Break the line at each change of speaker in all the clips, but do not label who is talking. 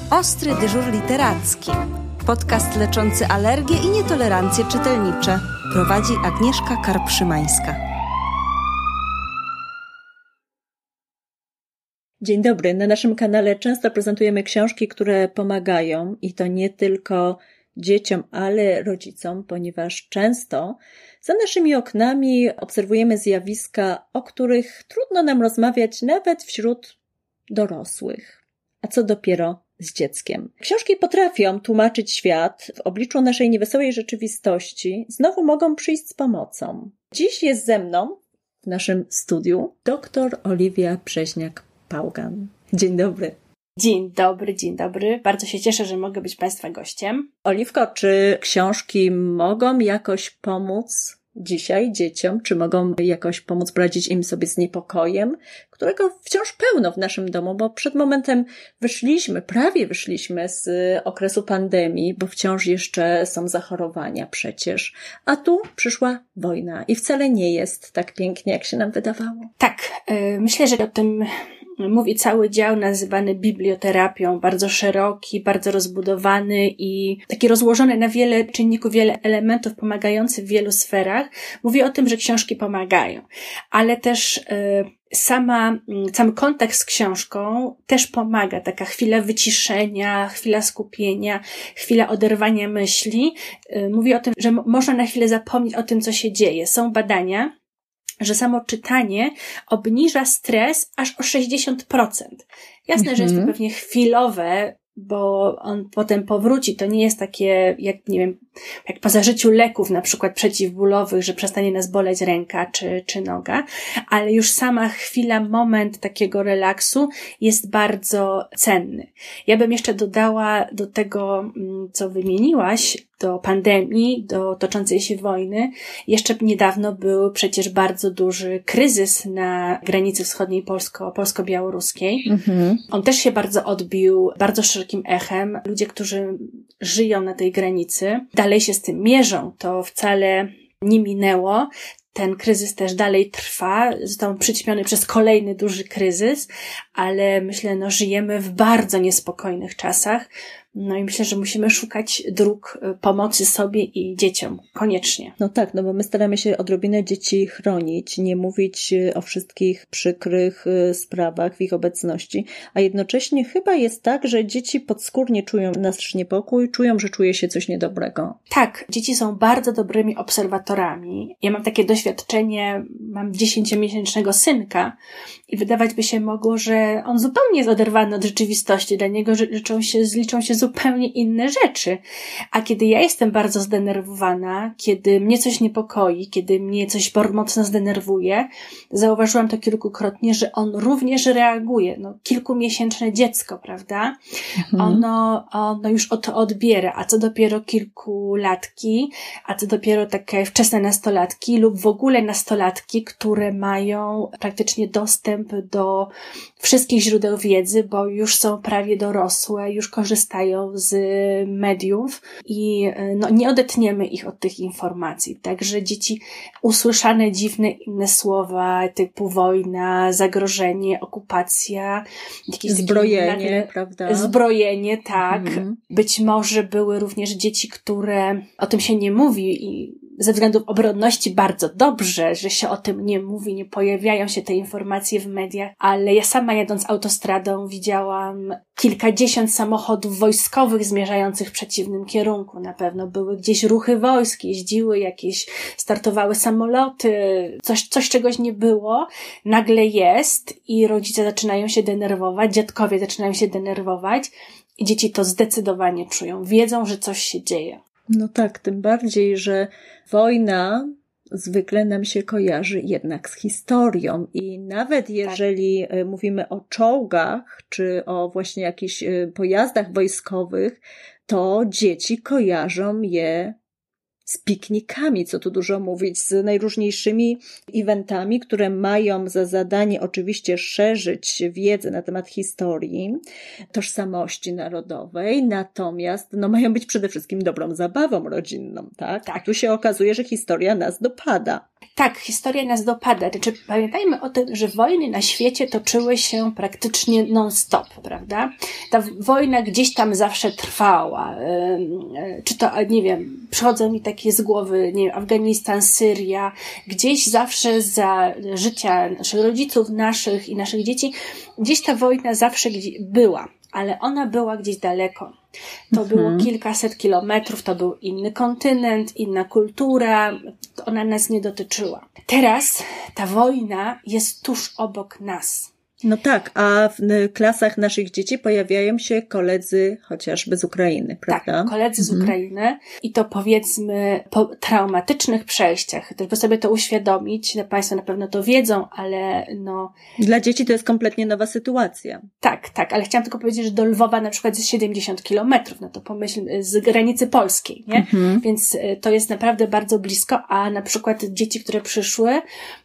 Ostry dyżur literacki. Podcast leczący alergie i nietolerancje czytelnicze. Prowadzi Agnieszka Karp-Szymańska.
Dzień dobry. Na naszym kanale często prezentujemy książki, które pomagają i to nie tylko dzieciom, ale rodzicom, ponieważ często za naszymi oknami obserwujemy zjawiska, o których trudno nam rozmawiać nawet wśród dorosłych. A co dopiero z dzieckiem. Książki potrafią tłumaczyć świat w obliczu naszej niewesołej rzeczywistości. Znowu mogą przyjść z pomocą. Dziś jest ze mną w naszym studiu dr Oliwia Przeźniak-Pałgan. Dzień dobry.
Dzień dobry. Bardzo się cieszę, że mogę być Państwa gościem.
Oliwko, czy książki mogą jakoś pomóc dzisiaj dzieciom? Czy mogą jakoś pomóc poradzić im sobie z niepokojem, którego wciąż pełno w naszym domu, bo przed momentem prawie wyszliśmy z okresu pandemii, bo wciąż jeszcze są zachorowania przecież. A tu przyszła wojna i wcale nie jest tak pięknie, jak się nam wydawało.
Tak, myślę, że o tym mówi cały dział nazywany biblioterapią, bardzo szeroki, bardzo rozbudowany i taki rozłożony na wiele czynników, wiele elementów, pomagający w wielu sferach. Mówi o tym, że książki pomagają, ale też sam kontakt z książką też pomaga. Taka chwila wyciszenia, chwila skupienia, chwila oderwania myśli. Mówi o tym, że można na chwilę zapomnieć o tym, co się dzieje. Są badania, że samo czytanie obniża stres aż o 60%. Jasne, że jest to pewnie chwilowe, bo on potem powróci. To nie jest takie, jak po zażyciu leków, na przykład przeciwbólowych, że przestanie nas boleć ręka czy noga, ale już sama chwila, moment takiego relaksu jest bardzo cenny. Ja bym jeszcze dodała do tego, co wymieniłaś, do pandemii, do toczącej się wojny. Jeszcze niedawno był przecież bardzo duży kryzys na granicy wschodniej polsko-białoruskiej. On też się bardzo odbił bardzo szerokim echem. Ludzie, którzy żyją na tej granicy, dalej się z tym mierzą. To wcale nie minęło. Ten kryzys też dalej trwa, został przyćmiony przez kolejny duży kryzys, ale myślę, żyjemy w bardzo niespokojnych czasach. I myślę, że musimy szukać dróg pomocy sobie i dzieciom. Koniecznie.
No tak, bo my staramy się odrobinę dzieci chronić, nie mówić o wszystkich przykrych sprawach w ich obecności, a jednocześnie chyba jest tak, że dzieci podskórnie czują nasz niepokój, czują, że czuje się coś niedobrego.
Tak, dzieci są bardzo dobrymi obserwatorami. Ja mam takie doświadczenie, mam 10-miesięcznego synka i wydawać by się mogło, że on zupełnie jest oderwany od rzeczywistości. Dla niego liczą się zupełnie inne rzeczy. A kiedy ja jestem bardzo zdenerwowana, kiedy mnie coś niepokoi, kiedy mnie coś mocno zdenerwuje, zauważyłam to kilkukrotnie, że on również reaguje. Kilkumiesięczne dziecko, prawda? Ono już to odbiera, a co dopiero kilkulatki, a co dopiero takie wczesne nastolatki lub w ogóle nastolatki, które mają praktycznie dostęp do wszystkich źródeł wiedzy, bo już są prawie dorosłe, już korzystają z mediów i nie odetniemy ich od tych informacji. Także dzieci usłyszane dziwne inne słowa typu wojna, zagrożenie, okupacja, jakieś
zbrojenie, prawda?
Zbrojenie, tak. Być może były również dzieci, które o tym się nie mówi i ze względów obronności bardzo dobrze, że się o tym nie mówi, nie pojawiają się te informacje w mediach, ale ja sama jadąc autostradą widziałam kilkadziesiąt samochodów wojskowych zmierzających w przeciwnym kierunku. Na pewno były gdzieś ruchy wojsk, jeździły jakieś, startowały samoloty, coś czegoś nie było, nagle jest i rodzice zaczynają się denerwować, dziadkowie zaczynają się denerwować i dzieci to zdecydowanie czują, wiedzą, że coś się dzieje.
No tak, tym bardziej, że wojna zwykle nam się kojarzy jednak z historią i nawet jeżeli mówimy o czołgach czy o właśnie jakichś pojazdach wojskowych, to dzieci kojarzą je z piknikami, co tu dużo mówić, z najróżniejszymi eventami, które mają za zadanie oczywiście szerzyć wiedzę na temat historii, tożsamości narodowej, natomiast mają być przede wszystkim dobrą zabawą rodzinną, tak?
Tak.
Tu się okazuje, że historia nas dopada.
Tak, historia nas dopada. Znaczy, pamiętajmy o tym, że wojny na świecie toczyły się praktycznie non-stop, prawda? Ta wojna gdzieś tam zawsze trwała. Czy to, nie wiem, przychodzą mi takie z głowy, nie wiem, Afganistan, Syria, gdzieś zawsze za życia naszych rodziców, naszych i naszych dzieci, gdzieś ta wojna zawsze była, ale ona była gdzieś daleko. To było kilkaset kilometrów, to był inny kontynent, inna kultura, ona nas nie dotyczyła. Teraz ta wojna jest tuż obok nas.
No tak, a w klasach naszych dzieci pojawiają się koledzy chociażby z Ukrainy, prawda?
Tak, koledzy z Ukrainy i to powiedzmy po traumatycznych przejściach, żeby sobie to uświadomić, Państwo na pewno to wiedzą, ale
Dla dzieci to jest kompletnie nowa sytuacja.
Tak, ale chciałam tylko powiedzieć, że do Lwowa na przykład jest 70 kilometrów, to pomyślmy, z granicy polskiej, nie? Więc to jest naprawdę bardzo blisko, a na przykład dzieci, które przyszły,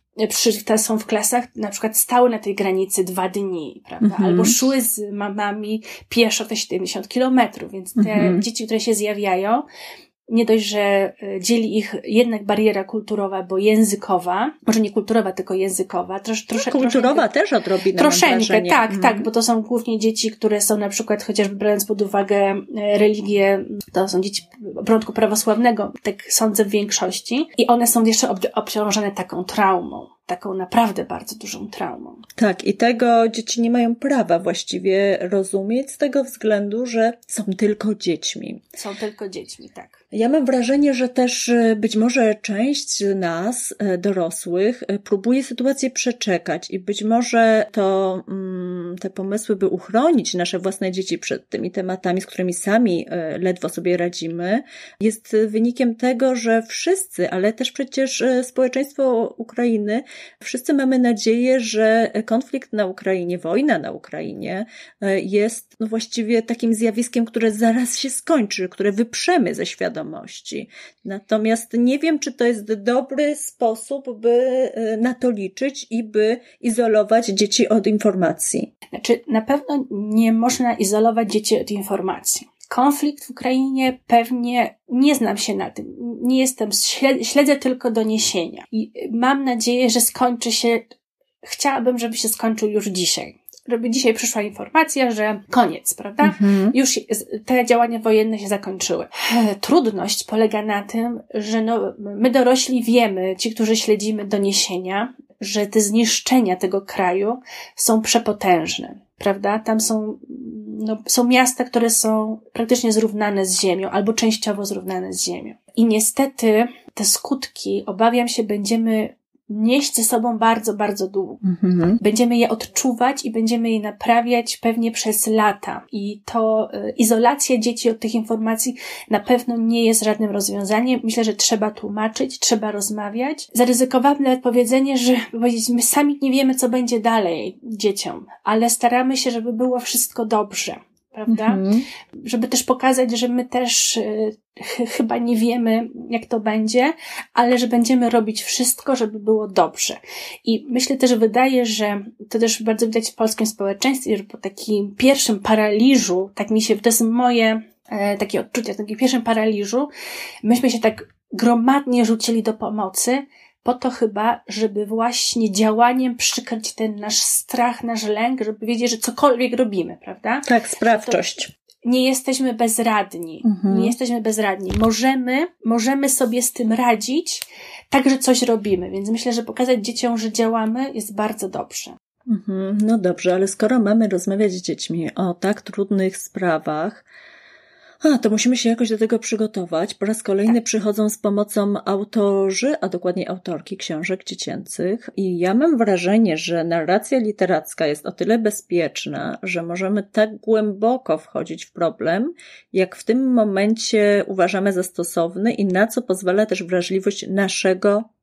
są w klasach, na przykład stały na tej granicy 2 dni, prawda? Albo szły z mamami pieszo te 70 kilometrów, więc te dzieci, które się zjawiają, nie dość, że dzieli ich jednak bariera kulturowa, bo językowa, może nie kulturowa, tylko językowa.
Kulturowa też odrobinę.
Troszeczkę, tak, bo to są głównie dzieci, które są na przykład, chociażby brając pod uwagę religię, to są dzieci początku prawosławnego, tak sądzę w większości, i one są jeszcze obciążone taką traumą. Taką naprawdę bardzo dużą traumą.
Tak, i tego dzieci nie mają prawa właściwie rozumieć z tego względu, że są tylko dziećmi.
Są tylko dziećmi, tak.
Ja mam wrażenie, że też być może część nas, dorosłych, próbuje sytuację przeczekać i być może te pomysły, by uchronić nasze własne dzieci przed tymi tematami, z którymi sami ledwo sobie radzimy, jest wynikiem tego, że wszyscy, ale też przecież społeczeństwo Ukrainy, wszyscy mamy nadzieję, że konflikt na Ukrainie, wojna na Ukrainie jest właściwie takim zjawiskiem, które zaraz się skończy, które wyprzemy ze świadomości. Natomiast nie wiem, czy to jest dobry sposób, by na to liczyć i by izolować dzieci od informacji.
Znaczy, na pewno nie można izolować dzieci od informacji. Konflikt w Ukrainie pewnie nie znam się na tym. Nie jestem, śledzę tylko doniesienia. I mam nadzieję, że skończy się, chciałabym, żeby się skończył już dzisiaj. Żeby dzisiaj przyszła informacja, że koniec, prawda? Już te działania wojenne się zakończyły. Trudność polega na tym, że my dorośli wiemy, ci, którzy śledzimy doniesienia, że te zniszczenia tego kraju są przepotężne, prawda? Tam są miasta, które są praktycznie zrównane z ziemią albo częściowo zrównane z ziemią. I niestety te skutki, obawiam się, będziemy nieść ze sobą bardzo, bardzo długo. Będziemy je odczuwać i będziemy je naprawiać pewnie przez lata. I to izolacja dzieci od tych informacji na pewno nie jest żadnym rozwiązaniem. Myślę, że trzeba tłumaczyć, trzeba rozmawiać. Zaryzykowałam nawet powiedzenie, że my sami nie wiemy, co będzie dalej dzieciom, ale staramy się, żeby było wszystko dobrze. Prawda? Żeby też pokazać, że my też chyba nie wiemy, jak to będzie, ale że będziemy robić wszystko, żeby było dobrze. I myślę też, wydaje, że to też bardzo widać w polskim społeczeństwie, że po takim pierwszym paraliżu, to jest moje takie odczucie, w takim pierwszym paraliżu, myśmy się tak gromadnie rzucili do pomocy, po to chyba, żeby właśnie działaniem przykryć ten nasz strach, nasz lęk, żeby wiedzieć, że cokolwiek robimy, prawda?
Tak, sprawczość.
Nie jesteśmy bezradni. Nie jesteśmy bezradni. Możemy sobie z tym radzić, tak, że coś robimy. Więc myślę, że pokazać dzieciom, że działamy, jest bardzo dobrze.
No dobrze, ale skoro mamy rozmawiać z dziećmi o tak trudnych sprawach, to musimy się jakoś do tego przygotować. Po raz kolejny przychodzą z pomocą autorzy, a dokładnie autorki książek dziecięcych. I ja mam wrażenie, że narracja literacka jest o tyle bezpieczna, że możemy tak głęboko wchodzić w problem, jak w tym momencie uważamy za stosowny i na co pozwala też wrażliwość naszego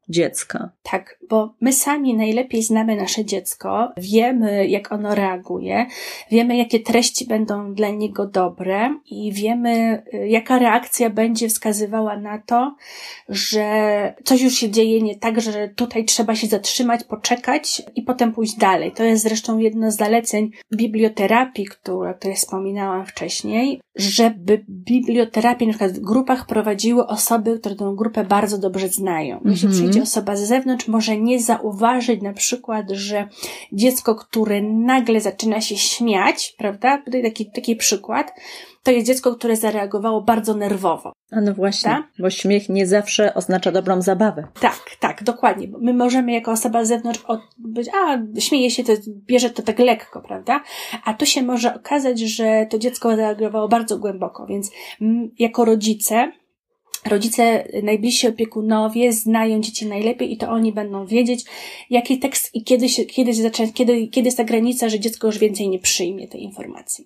dziecka.
Tak, bo my sami najlepiej znamy nasze dziecko, wiemy, jak ono reaguje, wiemy, jakie treści będą dla niego dobre i wiemy, jaka reakcja będzie wskazywała na to, że coś już się dzieje nie tak, że tutaj trzeba się zatrzymać, poczekać i potem pójść dalej. To jest zresztą jedno z zaleceń biblioterapii, o której wspominałam wcześniej, żeby biblioterapię na przykład w grupach prowadziły osoby, które tę grupę bardzo dobrze znają. Jeśli przyjdzie osoba z zewnątrz, może nie zauważyć na przykład, że dziecko, które nagle zaczyna się śmiać, prawda? Tutaj taki przykład, to jest dziecko, które zareagowało bardzo nerwowo.
A no właśnie, bo śmiech nie zawsze oznacza dobrą zabawę.
Tak, dokładnie. Bo my możemy jako osoba z zewnątrz być, śmieje się, to bierze to tak lekko, prawda? A tu się może okazać, że to dziecko zareagowało bardzo głęboko, więc jako rodzice, najbliżsi opiekunowie znają dzieci najlepiej i to oni będą wiedzieć, jaki tekst i kiedy jest ta granica, że dziecko już więcej nie przyjmie tej informacji.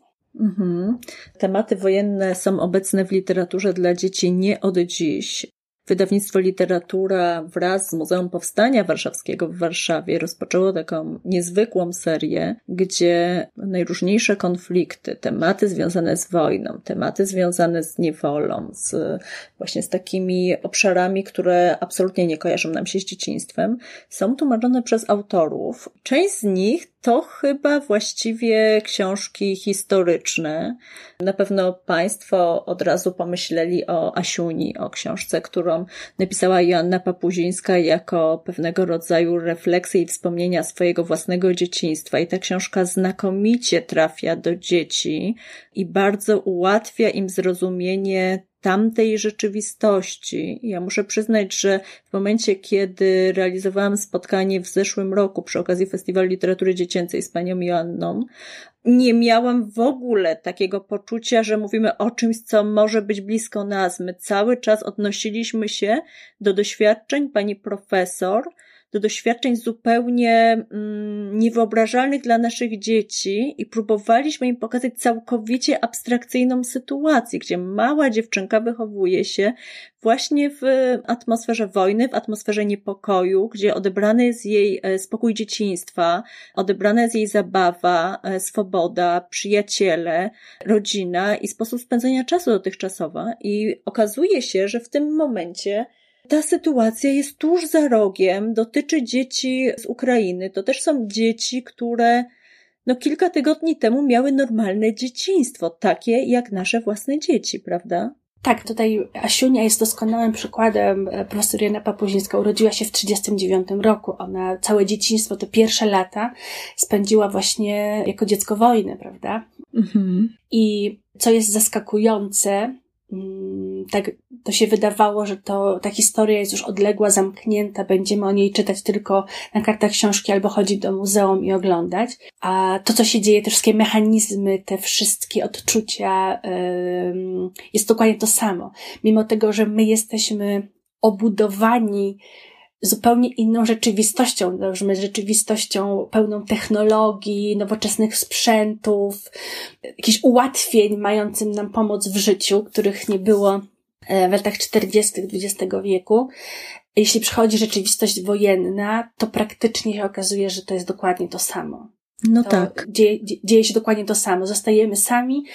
Tematy wojenne są obecne w literaturze dla dzieci nie od dziś. Wydawnictwo Literatura wraz z Muzeum Powstania Warszawskiego w Warszawie rozpoczęło taką niezwykłą serię, gdzie najróżniejsze konflikty, tematy związane z wojną, tematy związane z niewolą, właśnie z takimi obszarami, które absolutnie nie kojarzą nam się z dzieciństwem, są tłumaczone przez autorów. Część z nich to chyba właściwie książki historyczne. Na pewno Państwo od razu pomyśleli o Asiuni, o książce, którą napisała Joanna Papuzińska jako pewnego rodzaju refleksję i wspomnienia swojego własnego dzieciństwa. I ta książka znakomicie trafia do dzieci i bardzo ułatwia im zrozumienie tamtej rzeczywistości. Ja muszę przyznać, że w momencie, kiedy realizowałam spotkanie w zeszłym roku przy okazji Festiwalu Literatury Dziecięcej z panią Joanną, nie miałam w ogóle takiego poczucia, że mówimy o czymś, co może być blisko nas. My cały czas odnosiliśmy się do doświadczeń pani profesor, do doświadczeń zupełnie niewyobrażalnych dla naszych dzieci i próbowaliśmy im pokazać całkowicie abstrakcyjną sytuację, gdzie mała dziewczynka wychowuje się właśnie w atmosferze wojny, w atmosferze niepokoju, gdzie odebrany jest jej spokój dzieciństwa, odebrana jest jej zabawa, swoboda, przyjaciele, rodzina i sposób spędzania czasu dotychczasowa. I okazuje się, że w tym momencie ta sytuacja jest tuż za rogiem, dotyczy dzieci z Ukrainy. To też są dzieci, które kilka tygodni temu miały normalne dzieciństwo, takie jak nasze własne dzieci, prawda?
Tak, tutaj Asiunia jest doskonałym przykładem. Profesor Joanna Papuzińska urodziła się w 1939 roku. Ona całe dzieciństwo, te pierwsze lata spędziła właśnie jako dziecko wojny, prawda? I co jest zaskakujące, tak to się wydawało, że ta historia jest już odległa, zamknięta, będziemy o niej czytać tylko na kartach książki albo chodzić do muzeum i oglądać. A to, co się dzieje, te wszystkie mechanizmy, te wszystkie odczucia, jest dokładnie to samo. Mimo tego, że my jesteśmy obudowani zupełnie inną rzeczywistością, rzeczywistością pełną technologii, nowoczesnych sprzętów, jakichś ułatwień mającym nam pomoc w życiu, których nie było w latach 40. XX wieku. Jeśli przychodzi rzeczywistość wojenna, to praktycznie się okazuje, że to jest dokładnie to samo.
Tak.
Dzieje się dokładnie to samo. Zostajemy sami,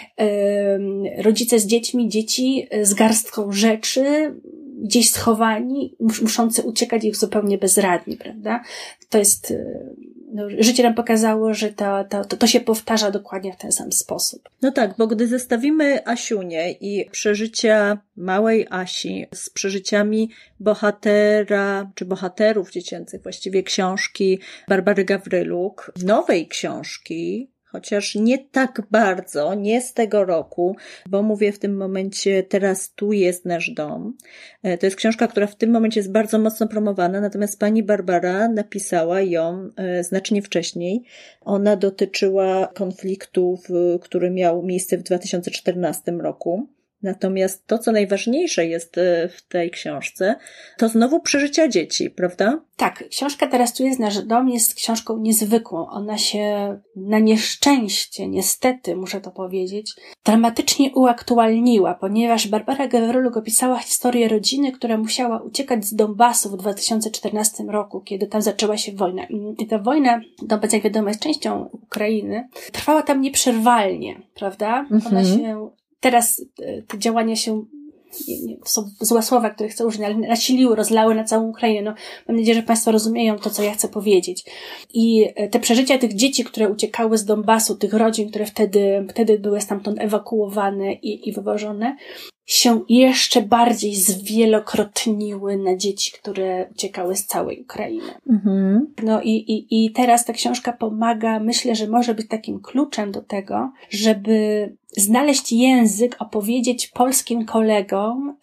rodzice z dziećmi, dzieci z garstką rzeczy, gdzieś schowani, muszący uciekać ich zupełnie bezradni, prawda? To jest, życie nam pokazało, że to się powtarza dokładnie w ten sam sposób.
Tak, bo gdy zestawimy Asiunię i przeżycia małej Asi z przeżyciami bohatera, czy bohaterów dziecięcych, właściwie książki Barbary Gawryluk, nowej książki, chociaż nie tak bardzo, nie z tego roku, bo mówię w tym momencie Teraz tu jest nasz dom. To jest książka, która w tym momencie jest bardzo mocno promowana, natomiast pani Barbara napisała ją znacznie wcześniej. Ona dotyczyła konfliktu, który miał miejsce w 2014 roku Natomiast to, co najważniejsze jest w tej książce, to znowu przeżycia dzieci, prawda?
Tak, książka Teraz tu jest nasz dom jest książką niezwykłą. Ona się na nieszczęście, niestety muszę to powiedzieć, dramatycznie uaktualniła, ponieważ Barbara Gewroluk opisała historię rodziny, która musiała uciekać z Donbasu w 2014 roku, kiedy tam zaczęła się wojna. I ta wojna, Donbas, jak wiadomo, jest częścią Ukrainy, trwała tam nieprzerwalnie, prawda? Ona się, teraz te działania się, to są złe słowa, które chcę użyć, ale nasiliły, rozlały na całą Ukrainę. No, mam nadzieję, że Państwo rozumieją to, co ja chcę powiedzieć. I te przeżycia tych dzieci, które uciekały z Donbasu, tych rodzin, które wtedy były stamtąd ewakuowane i wywożone, się jeszcze bardziej zwielokrotniły na dzieci, które uciekały z całej Ukrainy. No i teraz ta książka pomaga, myślę, że może być takim kluczem do tego, żeby znaleźć język, opowiedzieć polskim kolegom,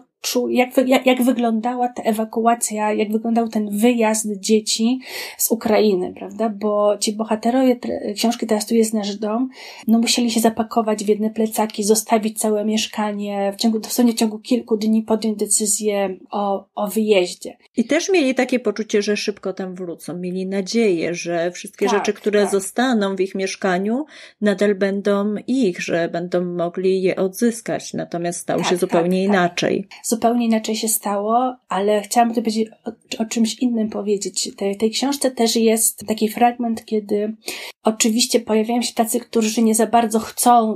jak wyglądała ta ewakuacja, jak wyglądał ten wyjazd dzieci z Ukrainy, prawda? Bo ci bohaterowie książki Teraz tu jest nasz dom, no musieli się zapakować w jedne plecaki, zostawić całe mieszkanie, dosłownie w ciągu kilku dni podjąć decyzję o wyjeździe.
I też mieli takie poczucie, że szybko tam wrócą. Mieli nadzieję, że wszystkie rzeczy, które zostaną w ich mieszkaniu, nadal będą ich, że będą mogli je odzyskać. Natomiast stało się zupełnie inaczej.
Zupełnie inaczej się stało, ale chciałam tutaj powiedzieć o czymś innym powiedzieć. W tej książce też jest taki fragment, kiedy oczywiście pojawiają się tacy, którzy nie za bardzo chcą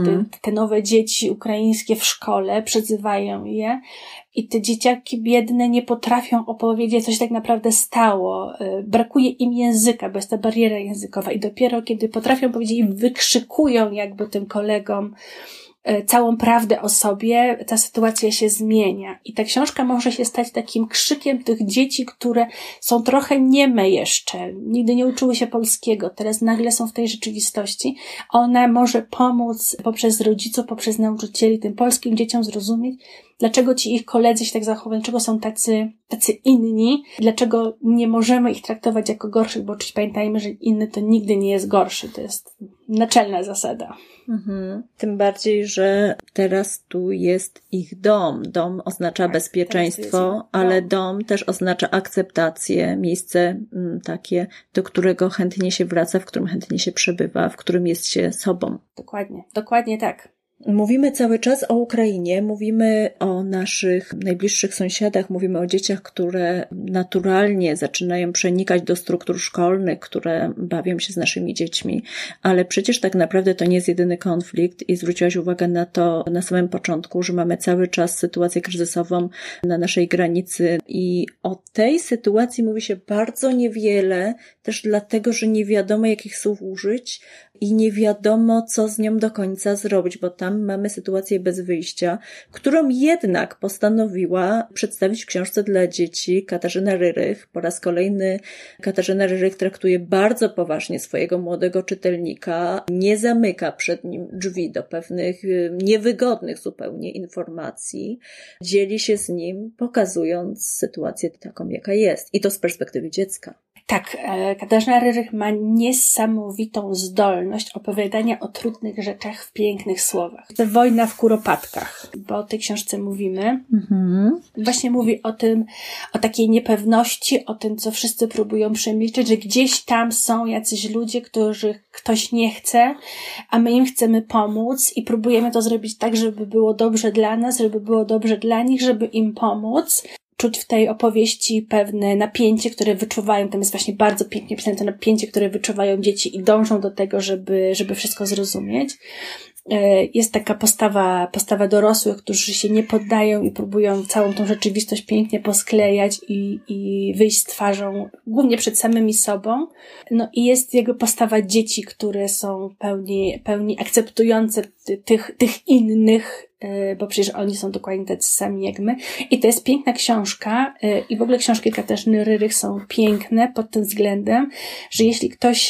te nowe dzieci ukraińskie w szkole, przezywają je i te dzieciaki biedne nie potrafią opowiedzieć, co się tak naprawdę stało. Brakuje im języka, bo jest ta bariera językowa i dopiero kiedy potrafią powiedzieć i wykrzykują jakby tym kolegom całą prawdę o sobie, ta sytuacja się zmienia. I ta książka może się stać takim krzykiem tych dzieci, które są trochę nieme jeszcze, nigdy nie uczyły się polskiego, teraz nagle są w tej rzeczywistości. Ona może pomóc poprzez rodziców, poprzez nauczycieli tym polskim dzieciom zrozumieć, dlaczego ci ich koledzy się tak zachowują, dlaczego są tacy inni, dlaczego nie możemy ich traktować jako gorszych, bo oczywiście pamiętajmy, że inny to nigdy nie jest gorszy. To jest naczelna zasada.
Tym bardziej, że teraz tu jest ich dom. Dom oznacza bezpieczeństwo, ale dom też oznacza akceptację, miejsce takie, do którego chętnie się wraca, w którym chętnie się przebywa, w którym jest się sobą.
Dokładnie tak.
Mówimy cały czas o Ukrainie, mówimy o naszych najbliższych sąsiadach, mówimy o dzieciach, które naturalnie zaczynają przenikać do struktur szkolnych, które bawią się z naszymi dziećmi, ale przecież tak naprawdę to nie jest jedyny konflikt i zwróciłaś uwagę na to na samym początku, że mamy cały czas sytuację kryzysową na naszej granicy i o tej sytuacji mówi się bardzo niewiele, też dlatego, że nie wiadomo jakich słów użyć i nie wiadomo co z nią do końca zrobić, bo tam mamy sytuację bez wyjścia, którą jednak postanowiła przedstawić w książce dla dzieci Katarzyna Ryrych. Po raz kolejny Katarzyna Ryrych traktuje bardzo poważnie swojego młodego czytelnika, nie zamyka przed nim drzwi do pewnych niewygodnych zupełnie informacji, dzieli się z nim, pokazując sytuację taką, jaka jest. I to z perspektywy dziecka.
Tak, Katarzyna Ryrych ma niesamowitą zdolność opowiadania o trudnych rzeczach w pięknych słowach. To Wojna w kuropatkach, bo o tej książce mówimy. Właśnie mówi o tym, o takiej niepewności, o tym, co wszyscy próbują przemilczeć, że gdzieś tam są jacyś ludzie, których ktoś nie chce, a my im chcemy pomóc i próbujemy to zrobić tak, żeby było dobrze dla nas, żeby było dobrze dla nich, żeby im pomóc. Czuć w tej opowieści pewne napięcie, które wyczuwają, tam jest właśnie bardzo pięknie pisane to napięcie, które wyczuwają dzieci i dążą do tego, żeby wszystko zrozumieć. Jest taka postawa dorosłych, którzy się nie poddają i próbują całą tą rzeczywistość pięknie posklejać i wyjść z twarzą, głównie przed samymi sobą. No i jest jego postawa dzieci, które są pełni akceptujące tych innych, bo przecież oni są dokładnie tacy sami jak my. I to jest piękna książka i w ogóle książki Katarzyny Ryrych są piękne pod tym względem, że jeśli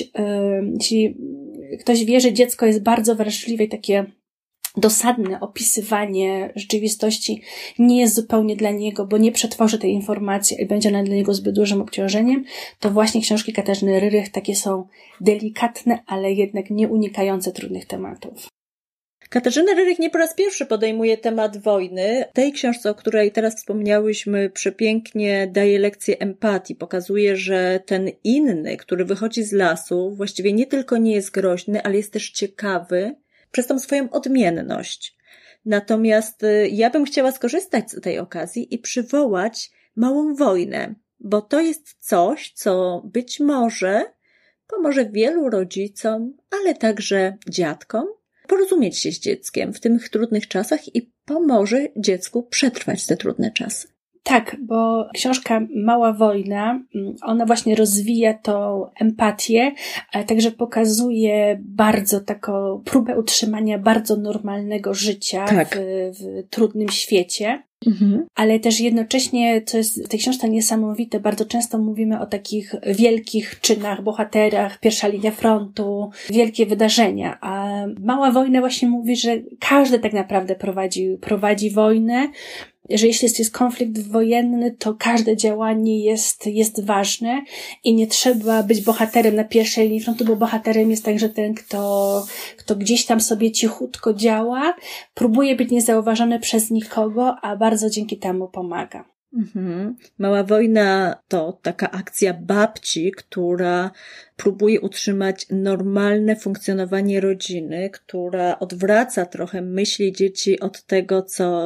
ktoś wie, że dziecko jest bardzo wrażliwe i takie dosadne opisywanie rzeczywistości nie jest zupełnie dla niego, bo nie przetworzy tej informacji i będzie ona dla niego zbyt dużym obciążeniem, to właśnie książki Katarzyny Ryrych takie są delikatne, ale jednak nie unikające trudnych tematów.
Katarzyna Ryrych nie po raz pierwszy podejmuje temat wojny. W tej książce, o której teraz wspomniałyśmy, przepięknie daje lekcję empatii. Pokazuje, że ten inny, który wychodzi z lasu, właściwie nie tylko nie jest groźny, ale jest też ciekawy przez tą swoją odmienność. Natomiast ja bym chciała skorzystać z tej okazji i przywołać Małą wojnę, bo to jest coś, co być może pomoże wielu rodzicom, ale także dziadkom porozumieć się z dzieckiem w tych trudnych czasach i pomoże dziecku przetrwać te trudne czasy.
Tak, bo książka Mała wojna, ona właśnie rozwija tą empatię, ale także pokazuje bardzo taką próbę utrzymania bardzo normalnego życia w trudnym świecie. Ale też jednocześnie, co jest w tej książce niesamowite, bardzo często mówimy o takich wielkich czynach, bohaterach, pierwsza linia frontu, wielkie wydarzenia, a Mała wojna właśnie mówi, że każdy tak naprawdę prowadzi wojnę, że jeśli jest konflikt wojenny, to każde działanie jest ważne i nie trzeba być bohaterem na pierwszej linii frontu, bo bohaterem jest także ten, kto gdzieś tam sobie cichutko działa, próbuje być niezauważony przez nikogo, a bardzo dzięki temu pomaga.
Mała wojna to taka akcja babci, która próbuje utrzymać normalne funkcjonowanie rodziny, która odwraca trochę myśli dzieci od tego,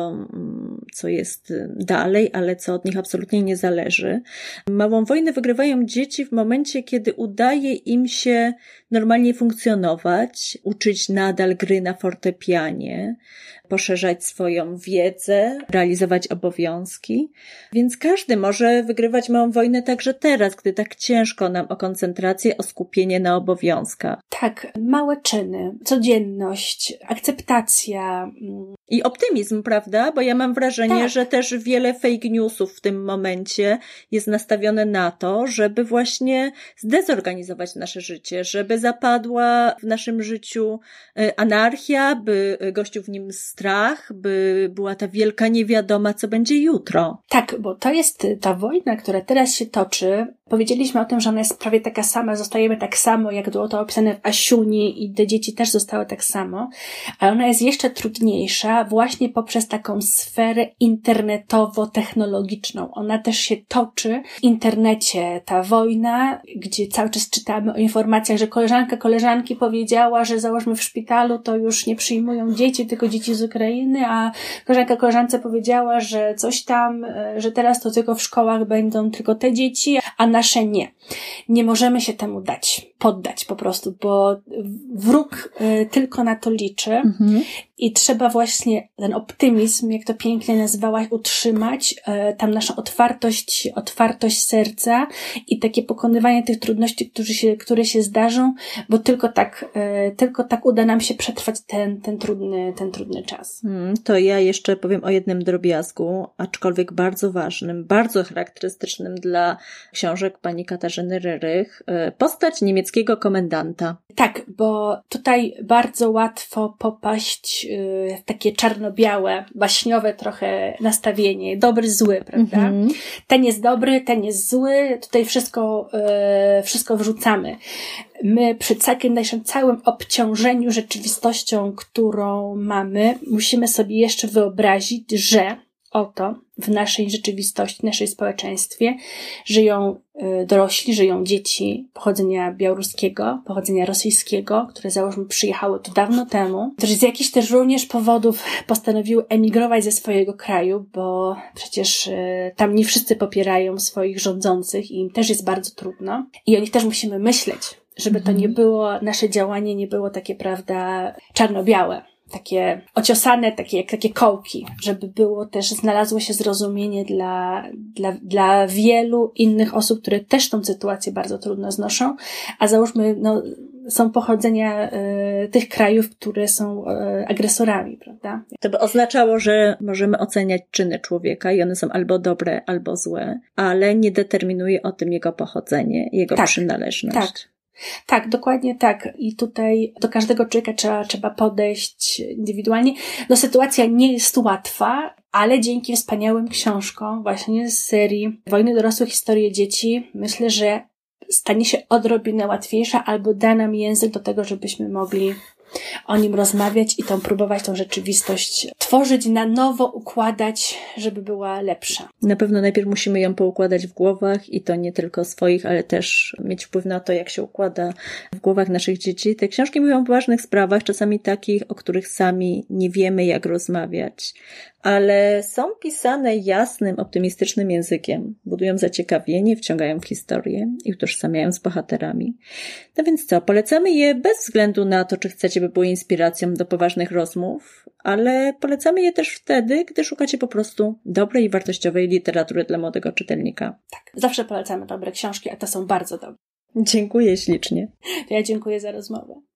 co jest dalej, ale co od nich absolutnie nie zależy. Małą wojnę wygrywają dzieci w momencie, kiedy udaje im się normalnie funkcjonować, uczyć nadal gry na fortepianie, poszerzać swoją wiedzę, realizować obowiązki. Więc każdy może wygrywać małą wojnę także teraz, gdy tak ciężko nam o koncentrację, o skupienie na obowiązkach.
Tak, małe czyny, codzienność, akceptacja.
I optymizm, prawda? Bo ja mam wrażenie, że też wiele fake newsów w tym momencie jest nastawione na to, żeby właśnie zdezorganizować nasze życie, żeby zapadła w naszym życiu anarchia, by gościł w nim strach, by była ta wielka niewiadoma, co będzie jutro.
Tak, bo to jest ta wojna, która teraz się toczy. Powiedzieliśmy o tym, że ona jest prawie taka sama, zostajemy tak samo, jak było to opisane w Asiuni i te dzieci też zostały tak samo, ale ona jest jeszcze trudniejsza właśnie poprzez taką sferę internetowo-technologiczną. Ona też się toczy w internecie, ta wojna, gdzie cały czas czytamy o informacjach, że koleżanki powiedziała, że załóżmy w szpitalu to już nie przyjmują dzieci, tylko dzieci z Ukrainy, a koleżance powiedziała, że coś tam, że teraz to tylko w szkołach będą tylko te dzieci, a nasze nie. Nie możemy się temu poddać po prostu, bo wróg tylko na to liczy i trzeba właśnie ten optymizm, jak to pięknie nazwałaś, utrzymać, tam naszą otwartość serca i takie pokonywanie tych trudności, które się zdarzą, bo tylko tak uda nam się przetrwać ten trudny czas.
To ja jeszcze powiem o jednym drobiazgu, aczkolwiek bardzo ważnym, bardzo charakterystycznym dla książek pani Katarzyny Ryrych. Postać niemieckiego komendanta.
Tak, bo tutaj bardzo łatwo popaść w takie czarno-białe, baśniowe trochę nastawienie, dobry, zły, prawda? Ten jest dobry, ten jest zły, tutaj wszystko wrzucamy. My przy naszym całym obciążeniu rzeczywistością, którą mamy, musimy sobie jeszcze wyobrazić, że oto w naszej rzeczywistości, w naszej społeczeństwie żyją dorośli, żyją dzieci pochodzenia białoruskiego, pochodzenia rosyjskiego, które załóżmy przyjechały tu dawno temu, które z jakichś też również powodów postanowiły emigrować ze swojego kraju, bo przecież tam nie wszyscy popierają swoich rządzących i im też jest bardzo trudno. I o nich też musimy myśleć, żeby to nie było, nasze działanie nie było takie, prawda, czarno-białe. Takie ociosane, takie kołki, żeby znalazło się zrozumienie dla wielu innych osób, które też tą sytuację bardzo trudno znoszą, a załóżmy, są pochodzenia tych krajów, które są agresorami, prawda?
To by oznaczało, że możemy oceniać czyny człowieka i one są albo dobre, albo złe, ale nie determinuje o tym jego pochodzenie, jego przynależność.
Tak, dokładnie tak. I tutaj do każdego człowieka trzeba podejść indywidualnie. Sytuacja nie jest łatwa, ale dzięki wspaniałym książkom właśnie z serii Wojny dorosłych, historie dzieci, myślę, że stanie się odrobinę łatwiejsza albo da nam język do tego, żebyśmy mogli o nim rozmawiać i próbować tą rzeczywistość tworzyć na nowo, układać, żeby była lepsza.
Na pewno najpierw musimy ją poukładać w głowach i to nie tylko swoich, ale też mieć wpływ na to, jak się układa w głowach naszych dzieci. Te książki mówią o ważnych sprawach, czasami takich, o których sami nie wiemy, jak rozmawiać, ale są pisane jasnym, optymistycznym językiem, budują zaciekawienie, wciągają w historię i utożsamiają z bohaterami. No więc co, polecamy je bez względu na to, czy chcecie, by były inspiracją do poważnych rozmów, ale polecamy je też wtedy, gdy szukacie po prostu dobrej i wartościowej literatury dla młodego czytelnika.
Tak, zawsze polecamy dobre książki, a te są bardzo dobre.
Dziękuję ślicznie.
Ja dziękuję za rozmowę.